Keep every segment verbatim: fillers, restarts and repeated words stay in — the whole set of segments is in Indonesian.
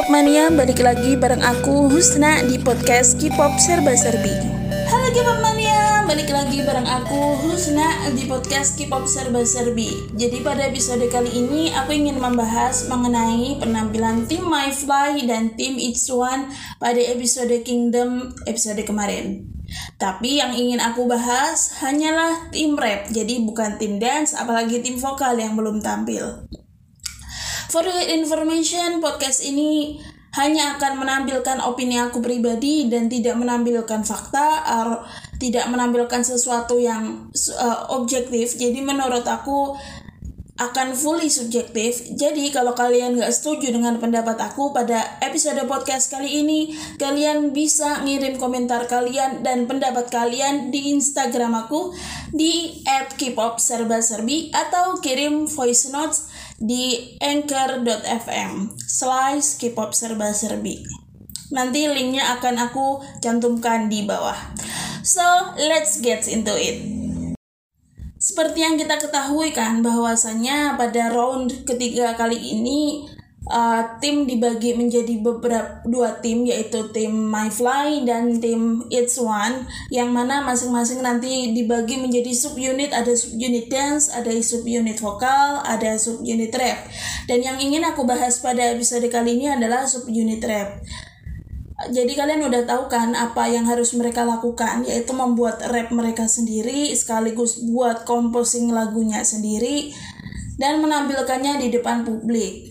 K-pop mania, balik lagi bareng aku Husna di podcast K-pop Serba Serbi. Halo K-pop mania, balik lagi bareng aku Husna di podcast K-pop Serba Serbi. Jadi pada episode kali ini aku ingin membahas mengenai penampilan tim MyFly dan tim ITZONE pada episode Kingdom episode kemarin. Tapi yang ingin aku bahas hanyalah tim rap, jadi bukan tim dance apalagi tim vokal yang belum tampil. For your information, podcast ini hanya akan menampilkan opini aku pribadi dan tidak menampilkan fakta atau tidak menampilkan sesuatu yang uh, objektif. Jadi menurut aku akan fully subjektif. Jadi kalau kalian gak setuju dengan pendapat aku pada episode podcast kali ini, kalian bisa ngirim komentar kalian dan pendapat kalian di Instagram aku di at kpop serba serbi atau kirim voice notes di anchor dot f m slash kpop serba serbi. Nanti linknya akan aku cantumkan di bawah. So let's get into it. Seperti yang kita ketahui kan bahwasanya pada round ketiga kali ini uh, tim dibagi menjadi beberapa dua tim, yaitu tim MyFly dan tim ITZONE, yang mana masing-masing nanti dibagi menjadi subunit, ada subunit dance, ada subunit vokal, ada subunit rap. Dan yang ingin aku bahas pada episode kali ini adalah subunit rap. Jadi kalian udah tahu kan apa yang harus mereka lakukan, yaitu membuat rap mereka sendiri sekaligus buat composing lagunya sendiri dan menampilkannya di depan publik.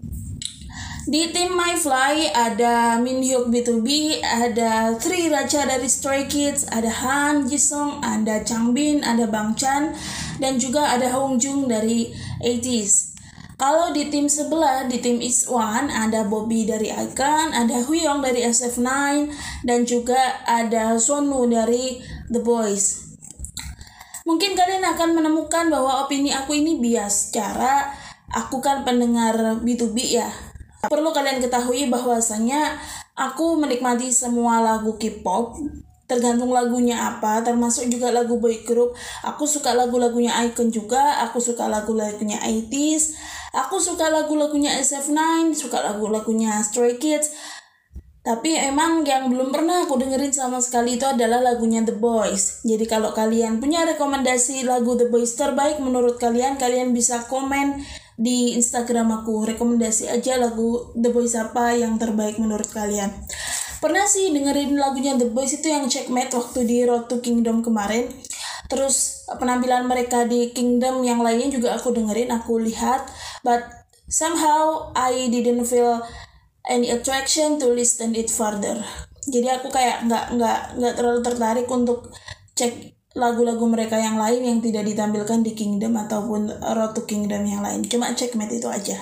Di tim MyFly ada Minhyuk B two B, ada Three Racha dari Stray Kids, ada Han Jisung, ada Changbin, ada Bang Chan, dan juga ada Hongjung dari eighties. Kalau di tim sebelah, di tim ITZONE ada Bobby dari iKON, ada Huyoung dari S F nine, dan juga ada Sunwoo dari The Boys. Mungkin kalian akan menemukan bahwa opini aku ini bias, cara aku kan pendengar B two B ya. Perlu kalian ketahui bahwasanya aku menikmati semua lagu K-pop, tergantung lagunya apa, termasuk juga lagu boy group. Aku suka lagu-lagunya iKON juga, aku suka lagu-lagunya eighties, aku suka lagu-lagunya S F nine, suka lagu-lagunya Stray Kids. Tapi emang yang belum pernah aku dengerin sama sekali itu adalah lagunya The Boys. Jadi kalau kalian punya rekomendasi lagu The Boys terbaik menurut kalian, kalian bisa komen di Instagram aku. Rekomendasi aja lagu The Boys apa yang terbaik menurut kalian. Pernah sih dengerin lagunya The Boys itu yang Checkmate waktu di Road to Kingdom kemarin. Terus penampilan mereka di Kingdom yang lainnya juga aku dengerin, aku lihat. But somehow I didn't feel any attraction to listen it further. Jadi aku kayak nggak nggak nggak terlalu tertarik untuk cek lagu-lagu mereka yang lain yang tidak ditampilkan di Kingdom ataupun Road to Kingdom yang lain. Cuma Checkmate itu aja.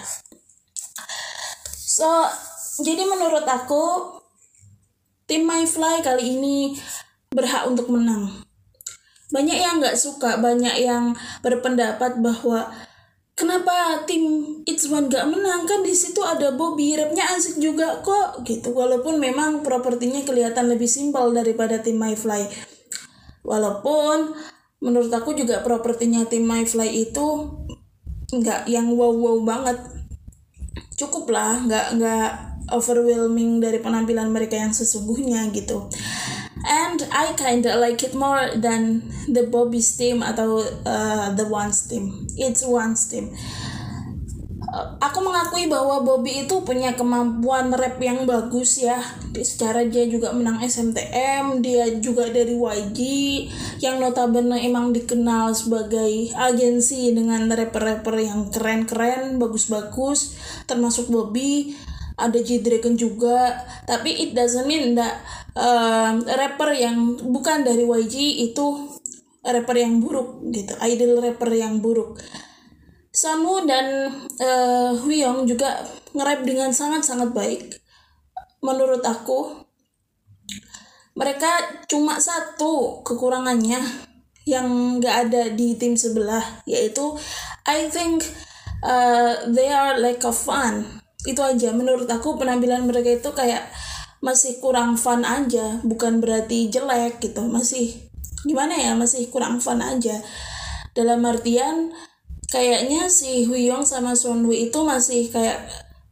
So jadi menurut aku tim MyFly kali ini berhak untuk menang. Banyak yang nggak suka, banyak yang berpendapat bahwa kenapa tim ITZONE gak menang, kan di situ ada Bobby, rapnya asik juga kok gitu. Walaupun memang propertinya kelihatan lebih simpel daripada tim MyFly. Walaupun menurut aku juga propertinya tim MyFly itu nggak yang wow-wow banget. Cukup lah, nggak nggak overwhelming dari penampilan mereka yang sesungguhnya gitu. And I kinda like it more than the Bobby's team atau uh, the One's team. It's One's team. Uh, aku mengakui bahwa Bobby itu punya kemampuan rap yang bagus ya. Secara dia juga menang S M T M, dia juga dari Y G yang notabene emang dikenal sebagai agensi dengan rapper-rapper yang keren-keren, bagus-bagus, termasuk Bobby. Ada G-Dragon juga, tapi it doesn't mean that uh, rapper yang bukan dari Y G itu rapper yang buruk gitu, idol rapper yang buruk. Sunwoo dan uh, Huyoung juga nge-rap dengan sangat-sangat baik. Menurut aku, mereka cuma satu kekurangannya yang gak ada di tim sebelah, yaitu I think uh, they are lack of fun. Itu aja, menurut aku penampilan mereka itu kayak masih kurang fun aja, bukan berarti jelek gitu, masih gimana ya, masih kurang fun aja. Dalam artian kayaknya si Huyoung sama Sunwoo itu masih kayak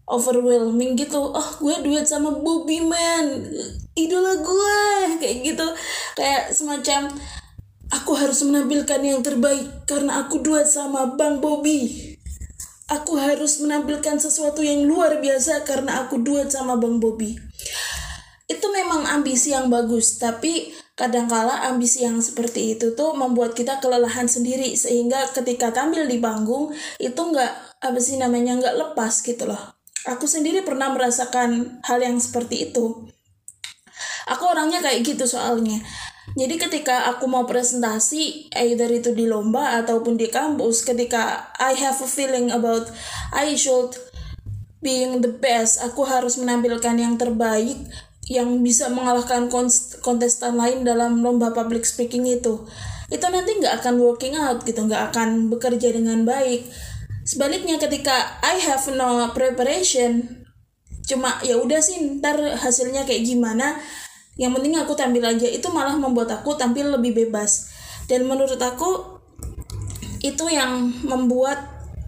overwhelming gitu. Oh, gue duet sama Bobby man, idola gue, kayak gitu. Kayak semacam aku harus menampilkan yang terbaik karena aku duet sama Bang Bobby. Aku harus menampilkan sesuatu yang luar biasa karena aku duet sama Bang Bobby. Itu memang ambisi yang bagus, tapi kadangkala ambisi yang seperti itu tuh membuat kita kelelahan sendiri, sehingga ketika tampil di panggung itu nggak apa sih namanya nggak lepas gitu loh. Aku sendiri pernah merasakan hal yang seperti itu. Aku orangnya kayak gitu soalnya. Jadi ketika aku mau presentasi, either itu di lomba ataupun di kampus, ketika I have a feeling about I should being the best, aku harus menampilkan yang terbaik, yang bisa mengalahkan kontestan lain dalam lomba public speaking itu. Itu nanti nggak akan working out gitu, nggak akan bekerja dengan baik. Sebaliknya ketika I have no preparation, cuma ya udah sih ntar hasilnya kayak gimana, yang penting aku tampil aja, itu malah membuat aku tampil lebih bebas. Dan menurut aku itu yang membuat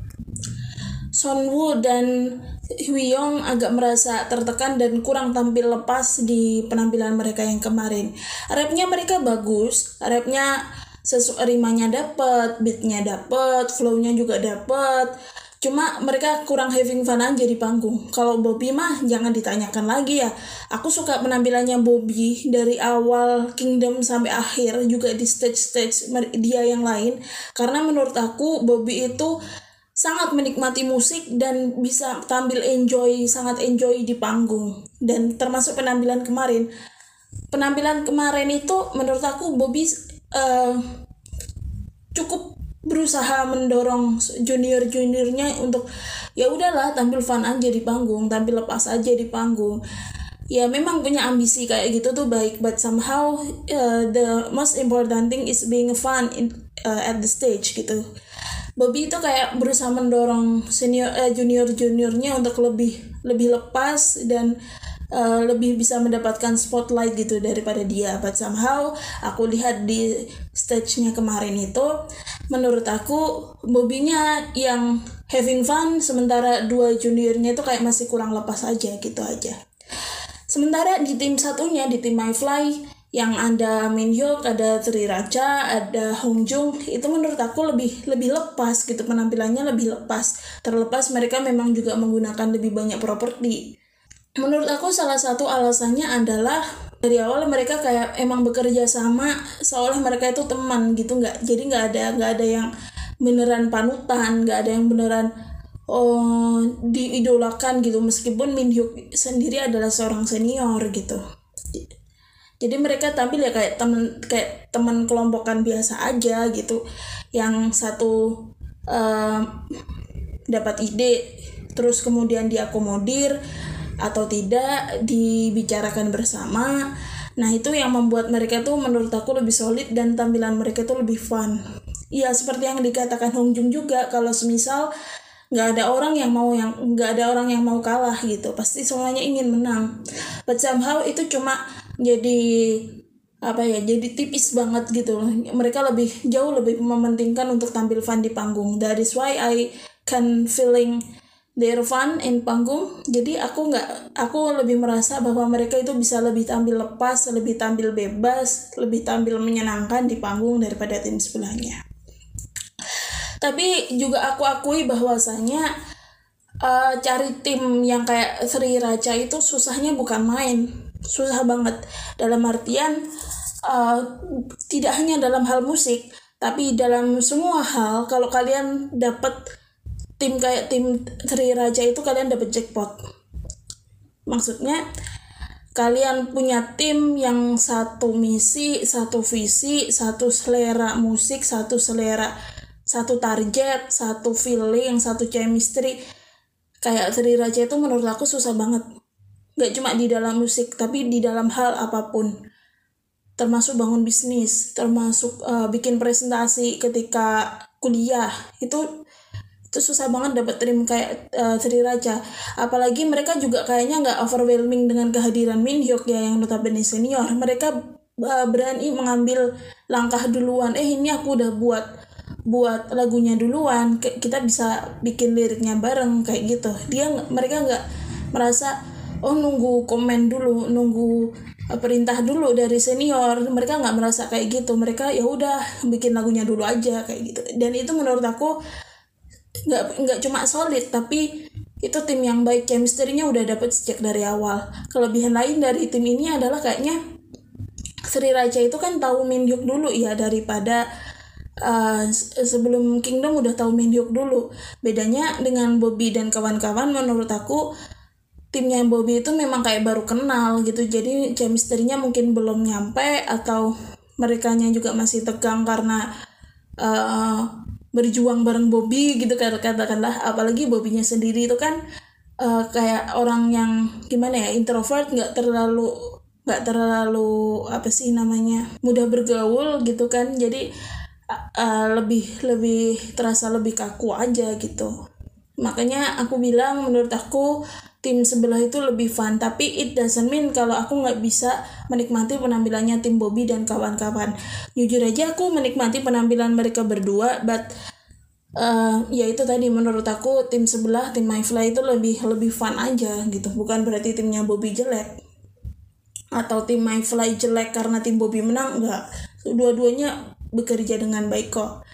Sonwoo dan Hwiyong agak merasa tertekan dan kurang tampil lepas di penampilan mereka yang kemarin. Rapnya mereka bagus, rapnya sesuai rimanya dapet, beatnya dapet, flownya juga dapet. Cuma mereka kurang having fun aja di panggung. Kalau Bobby mah jangan ditanyakan lagi ya. Aku suka penampilannya Bobby dari awal Kingdom sampai akhir, juga di stage-stage dia yang lain. Karena menurut aku Bobby itu sangat menikmati musik dan bisa tampil enjoy, sangat enjoy di panggung. Dan termasuk penampilan kemarin. Penampilan kemarin itu menurut aku Bobby uh, cukup berusaha mendorong junior-juniornya untuk ya udahlah tampil fun aja di panggung, tampil lepas aja di panggung. Ya memang punya ambisi kayak gitu tuh baik, but somehow uh, the most important thing is being fun in, uh, at the stage gitu. Bobby itu kayak berusaha mendorong senior uh, junior-juniornya untuk lebih lebih lepas dan Uh, lebih bisa mendapatkan spotlight gitu daripada dia. But somehow aku lihat di stage-nya kemarin itu, menurut aku Bobby-nya yang having fun, sementara dua juniornya itu kayak masih kurang lepas aja gitu aja. Sementara di tim satunya, di tim MyFly, yang ada Min Hyuk, ada Tri Racha, ada Hong Jung, itu menurut aku lebih lebih lepas gitu, penampilannya lebih lepas. Terlepas mereka memang juga menggunakan lebih banyak properti. Menurut aku salah satu alasannya adalah dari awal mereka kayak emang bekerja sama seolah mereka itu teman gitu, nggak jadi nggak ada nggak ada yang beneran panutan, nggak ada yang beneran oh diidolakan gitu, meskipun Min Hyuk sendiri adalah seorang senior gitu. Jadi mereka tampil ya kayak teman kayak teman kelompokan biasa aja gitu, yang satu uh, dapat ide terus kemudian diakomodir atau tidak dibicarakan bersama. Nah itu yang membuat mereka tuh menurut aku lebih solid dan tampilan mereka tuh lebih fun. Ya seperti yang dikatakan Hong Jung juga, kalau semisal nggak ada orang yang mau yang nggak ada orang yang mau kalah gitu, pasti semuanya ingin menang. But somehow itu cuma jadi apa ya, jadi tipis banget gitu loh. Mereka lebih jauh lebih mementingkan untuk tampil fun di panggung. That is why I can feeling they're fun in panggung. Jadi aku nggak, aku lebih merasa bahwa mereka itu bisa lebih tampil lepas, lebih tampil bebas, lebih tampil menyenangkan di panggung daripada tim sebelahnya. Tapi juga aku akui bahwasanya uh, cari tim yang kayak Tri Racha itu susahnya bukan main, susah banget. Dalam artian uh, tidak hanya dalam hal musik, tapi dalam semua hal. Kalau kalian dapat tim kayak tim Tri Racha itu, kalian dapat jackpot. Maksudnya kalian punya tim yang satu misi, satu visi, satu selera musik, satu selera, satu target, satu feeling, satu chemistry. Kayak Tri Racha itu menurut aku susah banget. Gak cuma di dalam musik, tapi di dalam hal apapun. Termasuk bangun bisnis, termasuk uh, bikin presentasi ketika kuliah. Itu itu susah banget dapat tim kayak uh, Tri Racha. Apalagi mereka juga kayaknya nggak overwhelming dengan kehadiran Min Hyuk ya, yang notabene senior. Mereka uh, berani mengambil langkah duluan. Eh ini aku udah buat buat lagunya duluan, kita bisa bikin liriknya bareng kayak gitu. Dia mereka nggak merasa oh nunggu komen dulu, nunggu perintah dulu dari senior. Mereka nggak merasa kayak gitu, mereka ya udah bikin lagunya dulu aja kayak gitu. Dan itu menurut aku nggak nggak cuma solid, tapi itu tim yang baik, chemistry-nya udah dapet sejak dari awal. Kelebihan lain dari tim ini adalah kayaknya Sriracha itu kan tahu Min Hyuk dulu ya, daripada uh, sebelum Kingdom udah tahu Min Hyuk dulu. Bedanya dengan Bobby dan kawan-kawan, menurut aku timnya Bobby itu memang kayak baru kenal gitu, jadi chemistry-nya mungkin belum nyampe, atau merekanya juga masih tegang karena uh, berjuang bareng Bobby gitu katakanlah. Apalagi Bobby-nya sendiri itu kan uh, kayak orang yang gimana ya, introvert, nggak terlalu nggak terlalu apa sih namanya mudah bergaul gitu kan, jadi uh, lebih lebih terasa lebih kaku aja gitu. Makanya aku bilang menurut aku tim sebelah itu lebih fun, tapi it doesn't mean kalau aku nggak bisa menikmati penampilannya tim Bobby dan kawan-kawan. Jujur aja aku menikmati penampilan mereka berdua, but uh, ya itu tadi, menurut aku tim sebelah, tim MyFly itu lebih lebih fun aja gitu. Bukan berarti timnya Bobby jelek atau tim MyFly jelek karena tim Bobby menang, enggak. Dua-duanya bekerja dengan baik kok.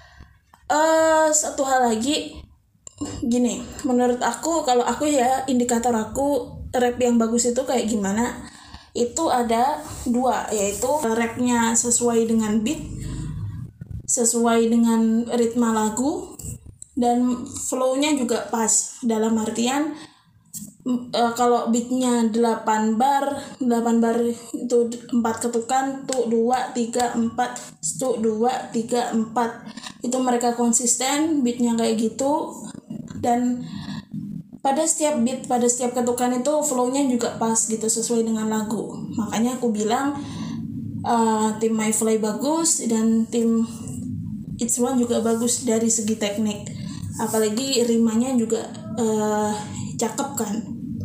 Uh, satu hal lagi, gini, menurut aku, kalau aku ya, indikator aku rap yang bagus itu kayak gimana, itu ada dua, yaitu rapnya sesuai dengan beat, sesuai dengan ritme lagu, dan flow-nya juga pas. Dalam artian uh, kalau beatnya delapan bar, delapan bar itu empat ketukan, tuh dua, tiga, empat, tuh dua, tiga, empat, itu mereka konsisten beatnya kayak gitu. Dan pada setiap beat, pada setiap ketukan itu flow-nya juga pas gitu, sesuai dengan lagu. Makanya aku bilang uh, tim MyFly bagus dan tim It's One juga bagus dari segi teknik. Apalagi rimanya juga uh, cakep kan.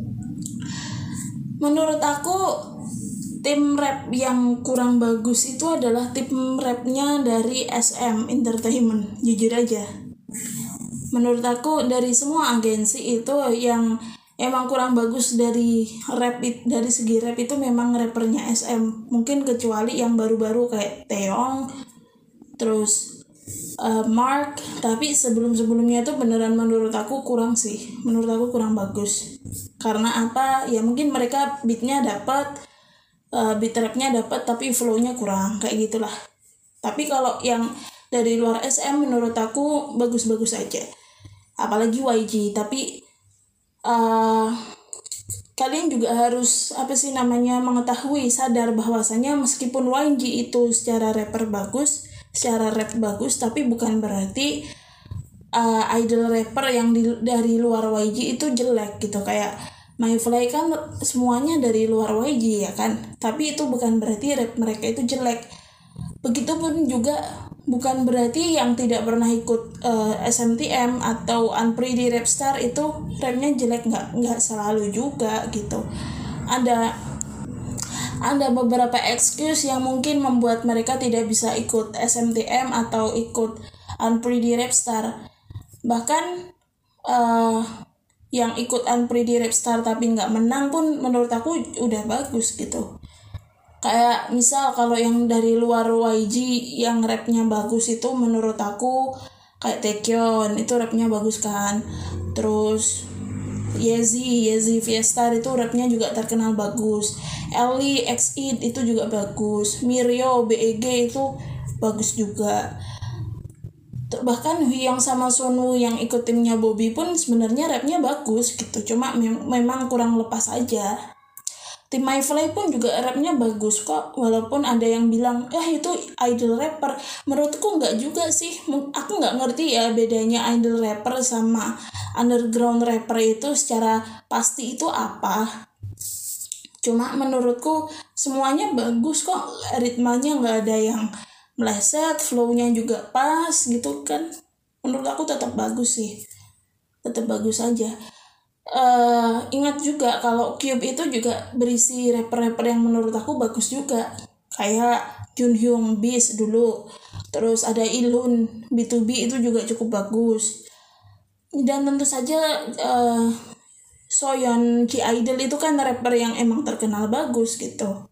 Menurut aku tim rap yang kurang bagus itu adalah tim rapnya dari S M Entertainment, jujur aja. Menurut aku dari semua agensi itu yang emang kurang bagus dari rap, dari segi rap itu memang rappernya S M. Mungkin kecuali yang baru-baru kayak Taeyong, terus uh, Mark, tapi sebelum-sebelumnya itu beneran menurut aku kurang sih. Menurut aku kurang bagus. Karena apa? Ya mungkin mereka beatnya dapat, uh, beat rapnya dapat, tapi flow-nya kurang, kayak gitulah. Tapi kalau yang dari luar S M menurut aku bagus-bagus aja. Apalagi Y G. Tapi uh, kalian juga harus apa sih namanya mengetahui, sadar bahwasanya meskipun Y G itu secara rapper bagus, secara rap bagus, tapi bukan berarti uh, idol rapper yang di, dari luar Y G itu jelek gitu. Kayak MyFly kan semuanya dari luar Y G ya kan, tapi itu bukan berarti rap mereka itu jelek. Begitupun juga bukan berarti yang tidak pernah ikut uh, S M T M atau Unpretty Rap Star itu rapnya jelek, nggak nggak selalu juga gitu. Ada ada beberapa excuse yang mungkin membuat mereka tidak bisa ikut S M T M atau ikut Unpretty Rap Star. Bahkan uh, yang ikut Unpretty Rap Star tapi nggak menang pun menurut aku udah bagus gitu. Kayak misal kalau yang dari luar Y G yang rapnya bagus itu menurut aku kayak Taekyon, itu rapnya bagus kan. Terus Yeezy, Yeezy Fiestar itu rapnya juga terkenal bagus. Ellie, X-Id itu juga bagus. Mirio, B E G itu bagus juga. Bahkan Hyung sama Sunwoo yang ikut timnya Bobby pun sebenarnya rapnya bagus gitu. Cuma mem- memang kurang lepas aja. Tim MyFly pun juga rapnya bagus kok, walaupun ada yang bilang eh itu idol rapper. Menurutku nggak juga sih. Aku nggak ngerti ya bedanya idol rapper sama underground rapper itu secara pasti itu apa. Cuma menurutku semuanya bagus kok, ritmanya nggak ada yang meleset, flow-nya juga pas gitu kan. Menurut aku tetap bagus sih, tetap bagus aja. Uh, ingat juga kalau Cube itu juga berisi rapper-rapper yang menurut aku bagus juga, kayak Junhyung Beast dulu, terus ada Ilun, B two B itu juga cukup bagus. Dan tentu saja uh, Soyeon, G-Idol itu kan rapper yang emang terkenal bagus gitu.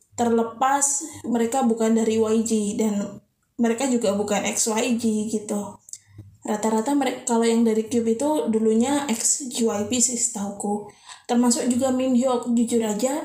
Terlepas mereka bukan dari Y G dan mereka juga bukan X Y G gitu. Rata-rata mereka kalau yang dari Cube itu dulunya ex J Y P sih setauku. Termasuk juga Minhyuk, jujur aja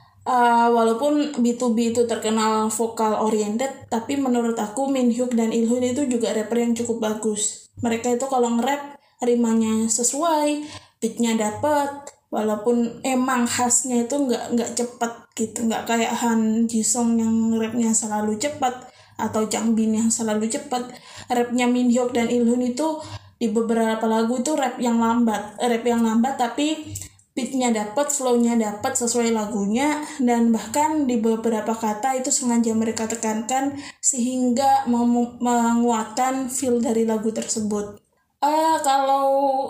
uh, walaupun B two B itu terkenal vokal oriented, tapi menurut aku Minhyuk dan Ilhun itu juga rapper yang cukup bagus. Mereka itu kalau nge-rap rimanya sesuai, beatnya dapet, walaupun emang khasnya itu nggak nggak cepat gitu, nggak kayak Han Jisung yang rapnya selalu cepat atau Changbin yang selalu cepat. Rapnya Minhyuk dan Ilhun itu di beberapa lagu itu rap yang lambat, rap yang lambat tapi beatnya dapat, flownya dapat sesuai lagunya, dan bahkan di beberapa kata itu sengaja mereka tekankan sehingga mem- menguatkan feel dari lagu tersebut. Uh, kalau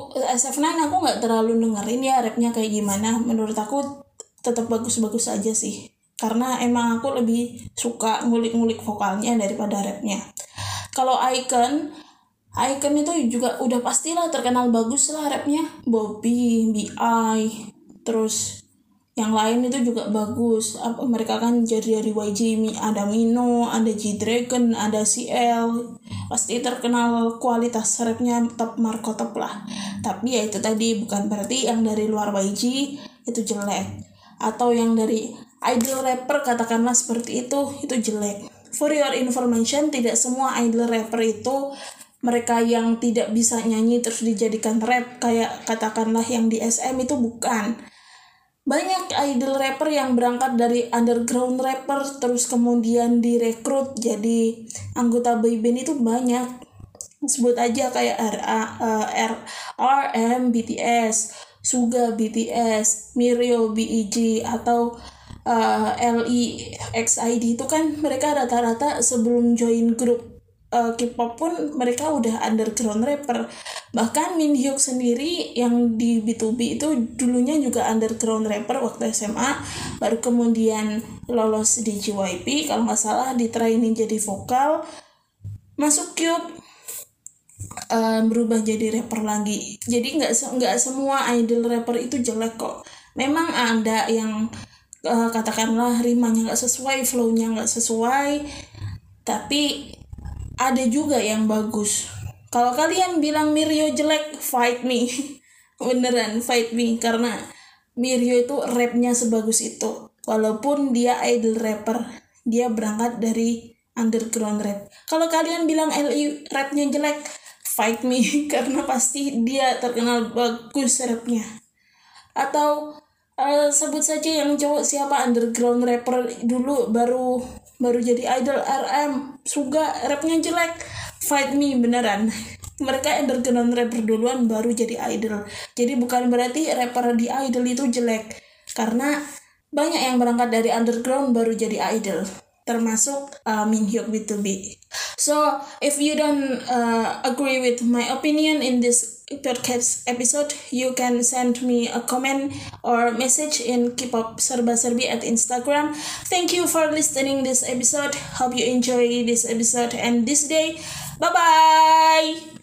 S F nine aku nggak terlalu dengerin ya rapnya kayak gimana. Menurut aku tetap bagus-bagus aja sih. Karena emang aku lebih suka ngulik-ngulik vokalnya daripada rapnya. Kalau Icon, Icon itu juga udah pastilah terkenal bagus lah rapnya. Bobby, B I, terus yang lain itu juga bagus. Apa mereka kan jadi dari Y G, ada Mino, ada G-Dragon, ada C L. Pasti terkenal kualitas rapnya top marko top lah. Tapi ya itu tadi bukan berarti yang dari luar Y G itu jelek, atau yang dari idol rapper katakanlah seperti itu itu jelek. For your information, tidak semua idol rapper itu mereka yang tidak bisa nyanyi terus dijadikan rap kayak katakanlah yang di S M itu, bukan. Banyak idol rapper yang berangkat dari underground rapper terus kemudian direkrut jadi anggota boyband itu banyak. Sebut aja kayak R A, uh, R, R M, B T S, Suga B T S, Mirio B E G, atau uh, L I X I D itu kan mereka rata-rata sebelum join grup uh, K-pop pun mereka udah underground rapper. Bahkan Minhyuk sendiri yang di B two B itu dulunya juga underground rapper waktu S M A, baru kemudian lolos di J Y P kalau nggak salah, di training jadi vokal, masuk Cube, uh, berubah jadi rapper lagi. Jadi nggak nggak semua idol rapper itu jelek kok. Memang ada yang uh, katakanlah rimanya nggak sesuai, flownya nggak sesuai, tapi ada juga yang bagus. Kalau kalian bilang Mirio jelek, fight me. Beneran fight me, karena Mirio itu rapnya sebagus itu. Walaupun dia idol rapper, dia berangkat dari underground rap. Kalau kalian bilang L I rapnya jelek, fight me, karena pasti dia terkenal bagus rapnya. Atau uh, sebut saja yang cowok siapa, underground rapper dulu baru baru jadi idol, R M, Suga, rapnya jelek, fight me beneran. Mereka underground rapper duluan baru jadi idol. Jadi bukan berarti rapper di idol itu jelek, karena banyak yang berangkat dari underground baru jadi idol, termasuk uh, Minhyuk B two B. So if you don't uh, agree with my opinion in this podcast episode, you can send me a comment or message in K-pop Serba Serbi at Instagram. Thank you for listening this episode. Hope you enjoy this episode and this day. Bye bye.